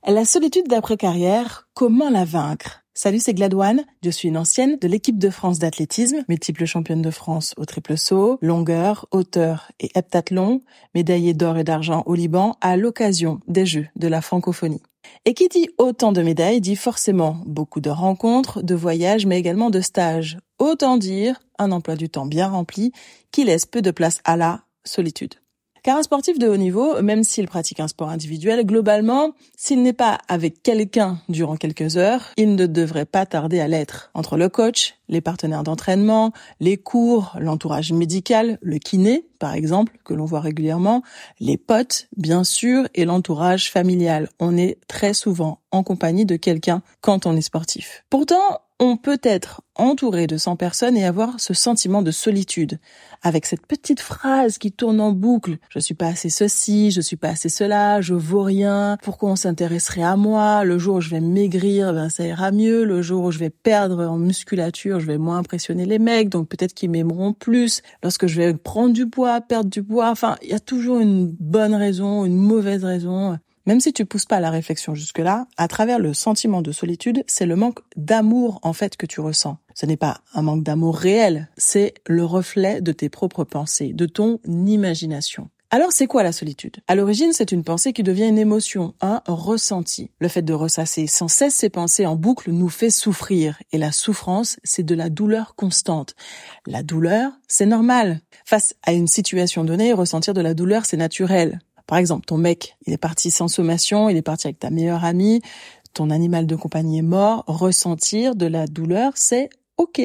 La solitude d'après-carrière, comment la vaincre? Salut, c'est Gladouane. Je suis une ancienne de l'équipe de France d'athlétisme, multiple championne de France au triple saut, longueur, hauteur et heptathlon, médaillée d'or et d'argent au Liban à l'occasion des Jeux de la francophonie. Et qui dit autant de médailles dit forcément beaucoup de rencontres, de voyages, mais également de stages. Autant dire un emploi du temps bien rempli qui laisse peu de place à la solitude. Car un sportif de haut niveau, même s'il pratique un sport individuel, globalement, s'il n'est pas avec quelqu'un durant quelques heures, il ne devrait pas tarder à l'être. Entre le coach, les partenaires d'entraînement, les cours, l'entourage médical, le kiné, par exemple, que l'on voit régulièrement, les potes, bien sûr, et l'entourage familial. On est très souvent en compagnie de quelqu'un quand on est sportif. Pourtant, on peut être entouré de 100 personnes et avoir ce sentiment de solitude, avec cette petite phrase qui tourne en boucle. Je suis pas assez ceci, je suis pas assez cela, je vaux rien, pourquoi on s'intéresserait à moi? Le jour où je vais maigrir, ça ira mieux. Le jour où je vais perdre en musculature, je vais moins impressionner les mecs, donc peut-être qu'ils m'aimeront plus. Lorsque je vais prendre du poids, perdre du poids, il y a toujours une bonne raison, une mauvaise raison. Même si tu pousses pas la réflexion jusque-là, à travers le sentiment de solitude, c'est le manque d'amour, en fait, que tu ressens. Ce n'est pas un manque d'amour réel, c'est le reflet de tes propres pensées, de ton imagination. Alors, c'est quoi la solitude? À l'origine, c'est une pensée qui devient une émotion, un ressenti. Le fait de ressasser sans cesse ces pensées en boucle nous fait souffrir. Et la souffrance, c'est de la douleur constante. La douleur, c'est normal. Face à une situation donnée, ressentir de la douleur, c'est naturel. Par exemple, ton mec, il est parti sans sommation, il est parti avec ta meilleure amie, ton animal de compagnie est mort, ressentir de la douleur, c'est OK.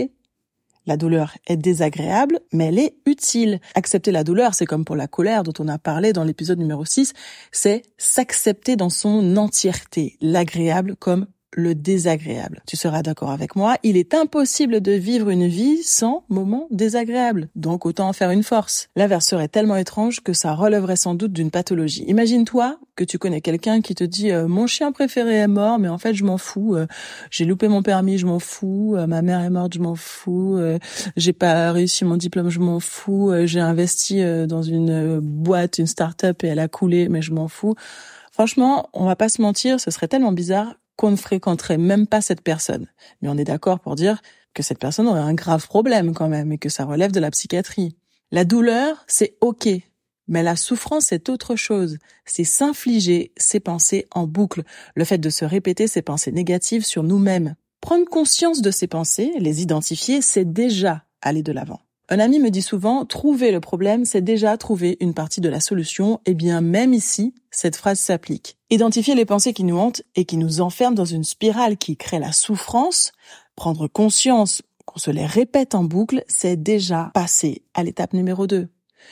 La douleur est désagréable, mais elle est utile. Accepter la douleur, c'est comme pour la colère dont on a parlé dans l'épisode numéro 6, c'est s'accepter dans son entièreté, l'agréable comme le désagréable. Tu seras d'accord avec moi, il est impossible de vivre une vie sans moments désagréables. Donc autant en faire une force. L'inverse serait tellement étrange que ça relèverait sans doute d'une pathologie. Imagine-toi que tu connais quelqu'un qui te dit mon chien préféré est mort, mais en fait je m'en fous. J'ai loupé mon permis, je m'en fous. Ma mère est morte, je m'en fous. J'ai pas réussi mon diplôme, je m'en fous. J'ai investi dans une boîte, une start-up et elle a coulé, mais je m'en fous. Franchement, on va pas se mentir, ce serait tellement bizarre qu'on ne fréquenterait même pas cette personne. Mais on est d'accord pour dire que cette personne aurait un grave problème quand même et que ça relève de la psychiatrie. La douleur, c'est OK. Mais la souffrance, c'est autre chose. C'est s'infliger ces pensées en boucle. Le fait de se répéter ces pensées négatives sur nous-mêmes. Prendre conscience de ces pensées, les identifier, c'est déjà aller de l'avant. Un ami me dit souvent, trouver le problème, c'est déjà trouver une partie de la solution. Eh bien, même ici, cette phrase s'applique. Identifier les pensées qui nous hantent et qui nous enferment dans une spirale qui crée la souffrance, prendre conscience qu'on se les répète en boucle, c'est déjà passer à l'étape numéro 2.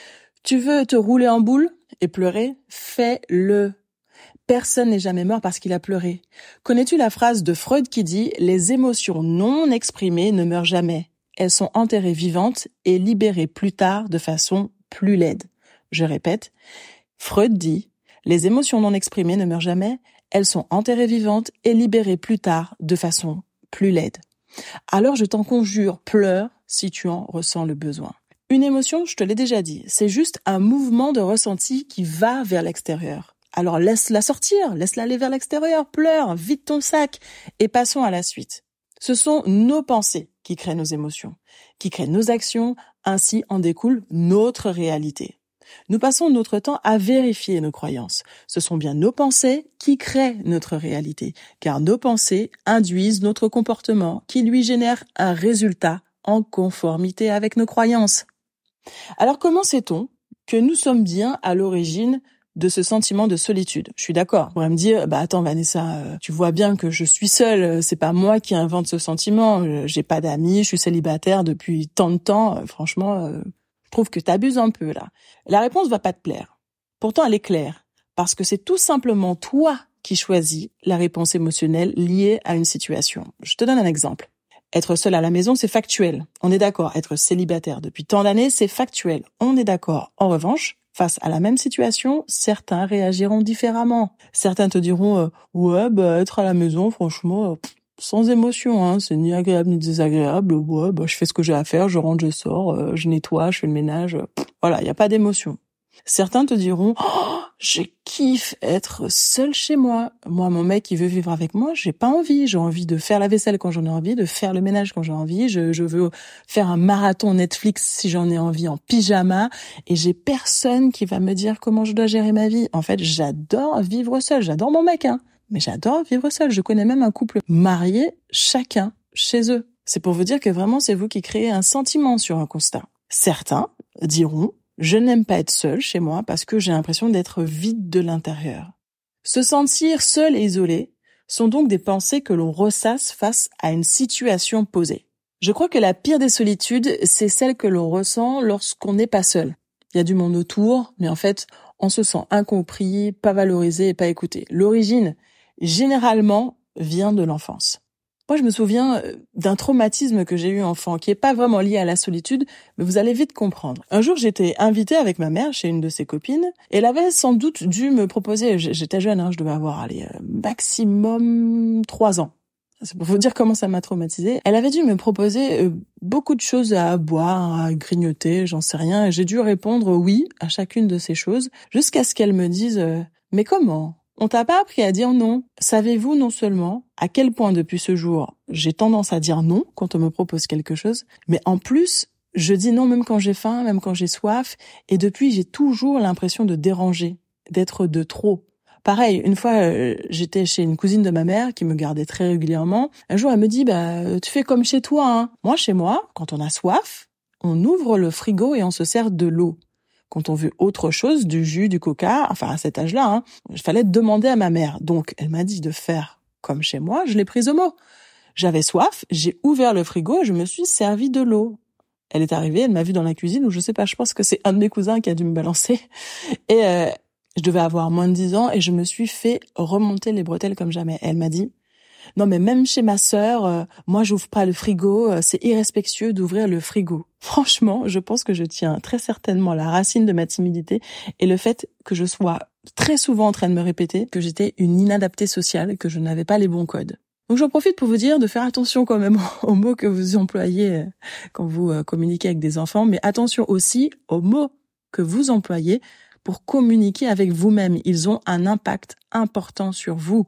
Tu veux te rouler en boule et pleurer? Fais-le. Personne n'est jamais mort parce qu'il a pleuré. Connais-tu la phrase de Freud qui dit « Les émotions non exprimées ne meurent jamais ». Elles sont enterrées vivantes et libérées plus tard de façon plus laide. Je répète, Freud dit « Les émotions non exprimées ne meurent jamais, elles sont enterrées vivantes et libérées plus tard de façon plus laide. » Alors je t'en conjure, pleure si tu en ressens le besoin. Une émotion, je te l'ai déjà dit, c'est juste un mouvement de ressenti qui va vers l'extérieur. Alors laisse-la sortir, laisse-la aller vers l'extérieur, pleure, vide ton sac et passons à la suite. Ce sont nos pensées qui créent nos émotions, qui créent nos actions, ainsi en découle notre réalité. Nous passons notre temps à vérifier nos croyances. Ce sont bien nos pensées qui créent notre réalité, car nos pensées induisent notre comportement qui lui génère un résultat en conformité avec nos croyances. Alors comment sait-on que nous sommes bien à l'origine de ce sentiment de solitude? Je suis d'accord. On pourrait me dire, attends Vanessa, tu vois bien que je suis seule, c'est pas moi qui invente ce sentiment, j'ai pas d'amis, je suis célibataire depuis tant de temps, franchement, je trouve que t'abuses un peu là. La réponse va pas te plaire. Pourtant elle est claire, parce que c'est tout simplement toi qui choisis la réponse émotionnelle liée à une situation. Je te donne un exemple. Être seul à la maison, c'est factuel. On est d'accord. Être célibataire depuis tant d'années, c'est factuel. On est d'accord. En revanche, face à la même situation, certains réagiront différemment. Certains te diront être à la maison, franchement, sans émotion, hein, c'est ni agréable ni désagréable. Je fais ce que j'ai à faire, je rentre, je sors, je nettoie, je fais le ménage. Voilà, il y a pas d'émotion. Certains te diront « je kiffe être seule chez moi. Moi, mon mec, il veut vivre avec moi, j'ai pas envie. J'ai envie de faire la vaisselle quand j'en ai envie, de faire le ménage quand j'ai envie. Je veux faire un marathon Netflix si j'en ai envie en pyjama. Et j'ai personne qui va me dire comment je dois gérer ma vie. En fait, j'adore vivre seule. J'adore mon mec, mais j'adore vivre seule. Je connais même un couple marié, chacun chez eux. C'est pour vous dire que vraiment, c'est vous qui créez un sentiment sur un constat. Certains diront « je n'aime pas être seule chez moi parce que j'ai l'impression d'être vide de l'intérieur ». Se sentir seul et isolé sont donc des pensées que l'on ressasse face à une situation posée. Je crois que la pire des solitudes, c'est celle que l'on ressent lorsqu'on n'est pas seul. Il y a du monde autour, mais en fait, on se sent incompris, pas valorisé et pas écouté. L'origine, généralement, vient de l'enfance. Moi, je me souviens d'un traumatisme que j'ai eu enfant, qui est pas vraiment lié à la solitude, mais vous allez vite comprendre. Un jour, j'étais invitée avec ma mère chez une de ses copines, et elle avait sans doute dû me proposer, j'étais jeune, je devais avoir, maximum 3 ans. C'est pour vous dire comment ça m'a traumatisée. Elle avait dû me proposer beaucoup de choses à boire, à grignoter, j'en sais rien, et j'ai dû répondre oui à chacune de ces choses, jusqu'à ce qu'elle me dise « mais comment ? On t'a pas appris à dire non. Savez-vous non seulement à quel point depuis ce jour, j'ai tendance à dire non quand on me propose quelque chose, mais en plus, je dis non même quand j'ai faim, même quand j'ai soif, et depuis, j'ai toujours l'impression de déranger, d'être de trop. Pareil, une fois, j'étais chez une cousine de ma mère qui me gardait très régulièrement. Un jour, elle me dit « tu fais comme chez toi, ». Moi, chez moi, quand on a soif, on ouvre le frigo et on se sert de l'eau. Quand on veut autre chose, du jus, du coca, enfin à cet âge-là, il fallait demander à ma mère. Donc, elle m'a dit de faire comme chez moi, je l'ai prise au mot. J'avais soif, j'ai ouvert le frigo et je me suis servi de l'eau. Elle est arrivée, elle m'a vue dans la cuisine, ou je sais pas, je pense que c'est un de mes cousins qui a dû me balancer. Et je devais avoir moins de 10 ans et je me suis fait remonter les bretelles comme jamais. Elle m'a dit « non, mais même chez ma sœur, moi, j'ouvre pas le frigo, c'est irrespectueux d'ouvrir le frigo. » Franchement, je pense que je tiens très certainement la racine de ma timidité et le fait que je sois très souvent en train de me répéter que j'étais une inadaptée sociale, que je n'avais pas les bons codes. Donc j'en profite pour vous dire de faire attention quand même aux mots que vous employez quand vous communiquez avec des enfants, mais attention aussi aux mots que vous employez pour communiquer avec vous-même. Ils ont un impact important sur vous.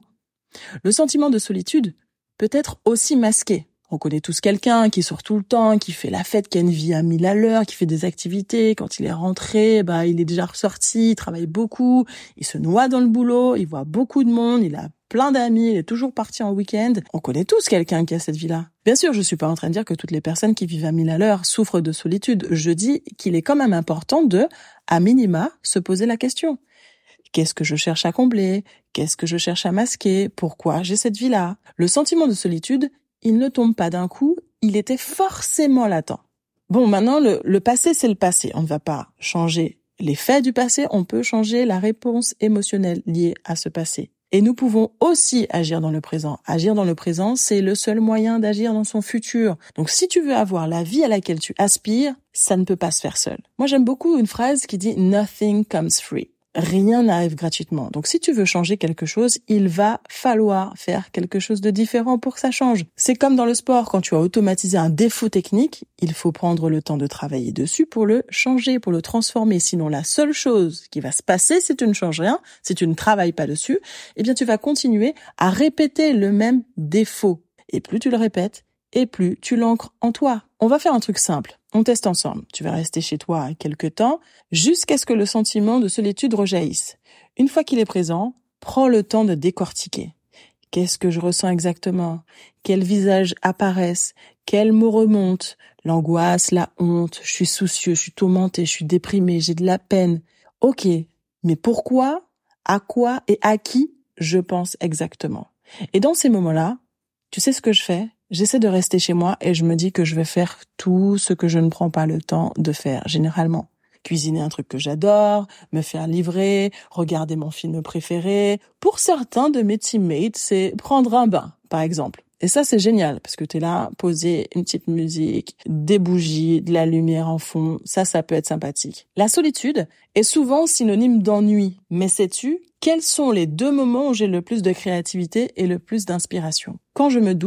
Le sentiment de solitude peut être aussi masqué. On connaît tous quelqu'un qui sort tout le temps, qui fait la fête, qui a une vie à 1000 à l'heure, qui fait des activités. Quand il est rentré, il est déjà ressorti, il travaille beaucoup, il se noie dans le boulot, il voit beaucoup de monde, il a plein d'amis, il est toujours parti en week-end. On connaît tous quelqu'un qui a cette vie-là. Bien sûr, je suis pas en train de dire que toutes les personnes qui vivent à 1000 à l'heure souffrent de solitude. Je dis qu'il est quand même important de, à minima, se poser la question. Qu'est-ce que je cherche à combler? Qu'est-ce que je cherche à masquer? Pourquoi j'ai cette vie-là? Le sentiment de solitude, il ne tombe pas d'un coup, il était forcément latent. Bon, maintenant, le passé, c'est le passé. On ne va pas changer les faits du passé, on peut changer la réponse émotionnelle liée à ce passé. Et nous pouvons aussi agir dans le présent. Agir dans le présent, c'est le seul moyen d'agir dans son futur. Donc si tu veux avoir la vie à laquelle tu aspires, ça ne peut pas se faire seul. Moi, j'aime beaucoup une phrase qui dit « Nothing comes free ». Rien n'arrive gratuitement. Donc si tu veux changer quelque chose, il va falloir faire quelque chose de différent pour que ça change. C'est comme dans le sport, quand tu as automatisé un défaut technique, il faut prendre le temps de travailler dessus pour le changer, pour le transformer. Sinon, la seule chose qui va se passer si tu ne changes rien, si tu ne travailles pas dessus, eh bien tu vas continuer à répéter le même défaut. Et plus tu le répètes, et plus tu l'ancres en toi. On va faire un truc simple. On teste ensemble. Tu vas rester chez toi quelque temps jusqu'à ce que le sentiment de solitude rejaillisse. Une fois qu'il est présent, prends le temps de décortiquer. Qu'est-ce que je ressens exactement? Quels visages apparaissent? Quels mots remontent? L'angoisse, la honte, je suis soucieux, je suis tourmenté, je suis déprimé, j'ai de la peine. Ok, mais pourquoi, à quoi et à qui je pense exactement? Et dans ces moments-là, tu sais ce que je fais? J'essaie de rester chez moi et je me dis que je vais faire tout ce que je ne prends pas le temps de faire, généralement. Cuisiner un truc que j'adore, me faire livrer, regarder mon film préféré. Pour certains de mes teammates, c'est prendre un bain, par exemple. Et ça, c'est génial, parce que t'es là, poser une petite musique, des bougies, de la lumière en fond. Ça peut être sympathique. La solitude est souvent synonyme d'ennui. Mais sais-tu, quels sont les 2 moments où j'ai le plus de créativité et le plus d'inspiration? Quand je me douche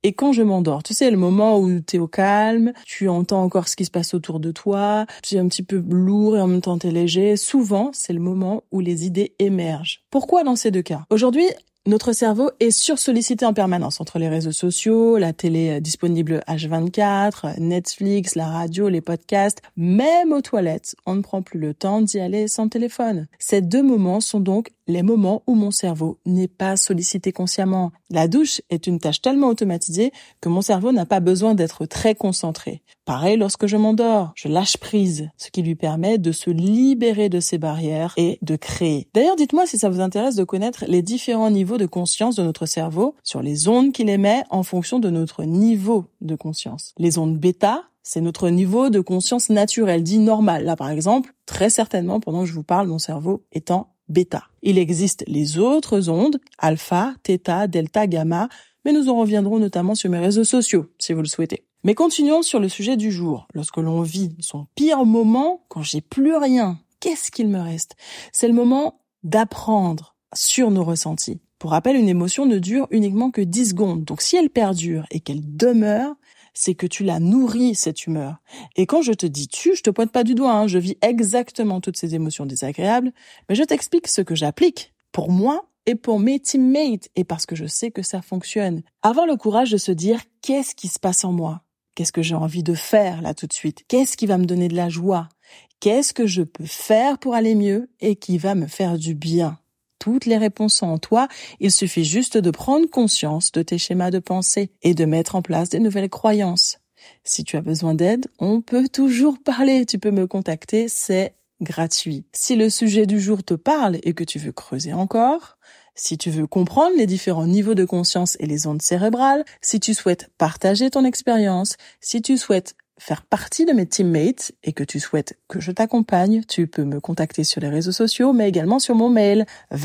et quand je m'endors. Tu sais, le moment où t'es au calme, tu entends encore ce qui se passe autour de toi, tu es un petit peu lourd et en même temps t'es léger. Souvent, c'est le moment où les idées émergent. Pourquoi dans ces deux cas? Aujourd'hui, notre cerveau est sursollicité en permanence entre les réseaux sociaux, la télé disponible H24, Netflix, la radio, les podcasts, même aux toilettes. On ne prend plus le temps d'y aller sans téléphone. Ces deux moments sont donc les moments où mon cerveau n'est pas sollicité consciemment. La douche est une tâche tellement automatisée que mon cerveau n'a pas besoin d'être très concentré. Pareil lorsque je m'endors, je lâche prise, ce qui lui permet de se libérer de ses barrières et de créer. D'ailleurs, dites-moi si ça vous intéresse de connaître les différents niveaux de conscience de notre cerveau sur les ondes qu'il émet en fonction de notre niveau de conscience. Les ondes bêta, c'est notre niveau de conscience naturel, dit normal. Là, par exemple, très certainement, pendant que je vous parle, mon cerveau est en bêta. Il existe les autres ondes, alpha, theta, delta, gamma, mais nous en reviendrons notamment sur mes réseaux sociaux, si vous le souhaitez. Mais continuons sur le sujet du jour. Lorsque l'on vit son pire moment, quand j'ai plus rien, qu'est-ce qu'il me reste? C'est le moment d'apprendre sur nos ressentis. Pour rappel, une émotion ne dure uniquement que 10 secondes. Donc si elle perdure et qu'elle demeure, c'est que tu la nourris, cette humeur. Et quand je te dis tu, je te pointe pas du doigt, je vis exactement toutes ces émotions désagréables, mais je t'explique ce que j'applique pour moi et pour mes teammates, et parce que je sais que ça fonctionne. Avoir le courage de se dire qu'est-ce qui se passe en moi? Qu'est-ce que j'ai envie de faire là tout de suite? Qu'est-ce qui va me donner de la joie? Qu'est-ce que je peux faire pour aller mieux et qui va me faire du bien? Toutes les réponses sont en toi, il suffit juste de prendre conscience de tes schémas de pensée et de mettre en place des nouvelles croyances. Si tu as besoin d'aide, on peut toujours parler, tu peux me contacter, c'est gratuit. Si le sujet du jour te parle et que tu veux creuser encore, si tu veux comprendre les différents niveaux de conscience et les ondes cérébrales, si tu souhaites partager ton expérience, si tu souhaites faire partie de mes teammates et que tu souhaites que je t'accompagne, tu peux me contacter sur les réseaux sociaux, mais également sur mon mail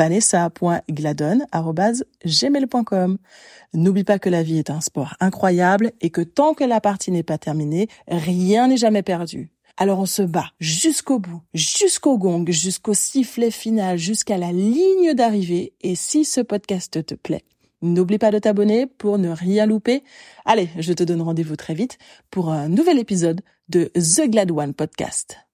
vanessa.gladon@gmail.com. N'oublie pas que la vie est un sport incroyable et que tant que la partie n'est pas terminée, rien n'est jamais perdu. Alors on se bat jusqu'au bout, jusqu'au gong, jusqu'au sifflet final, jusqu'à la ligne d'arrivée. Et si ce podcast te plaît, n'oublie pas de t'abonner pour ne rien louper. Allez, je te donne rendez-vous très vite pour un nouvel épisode de The Glad One Podcast.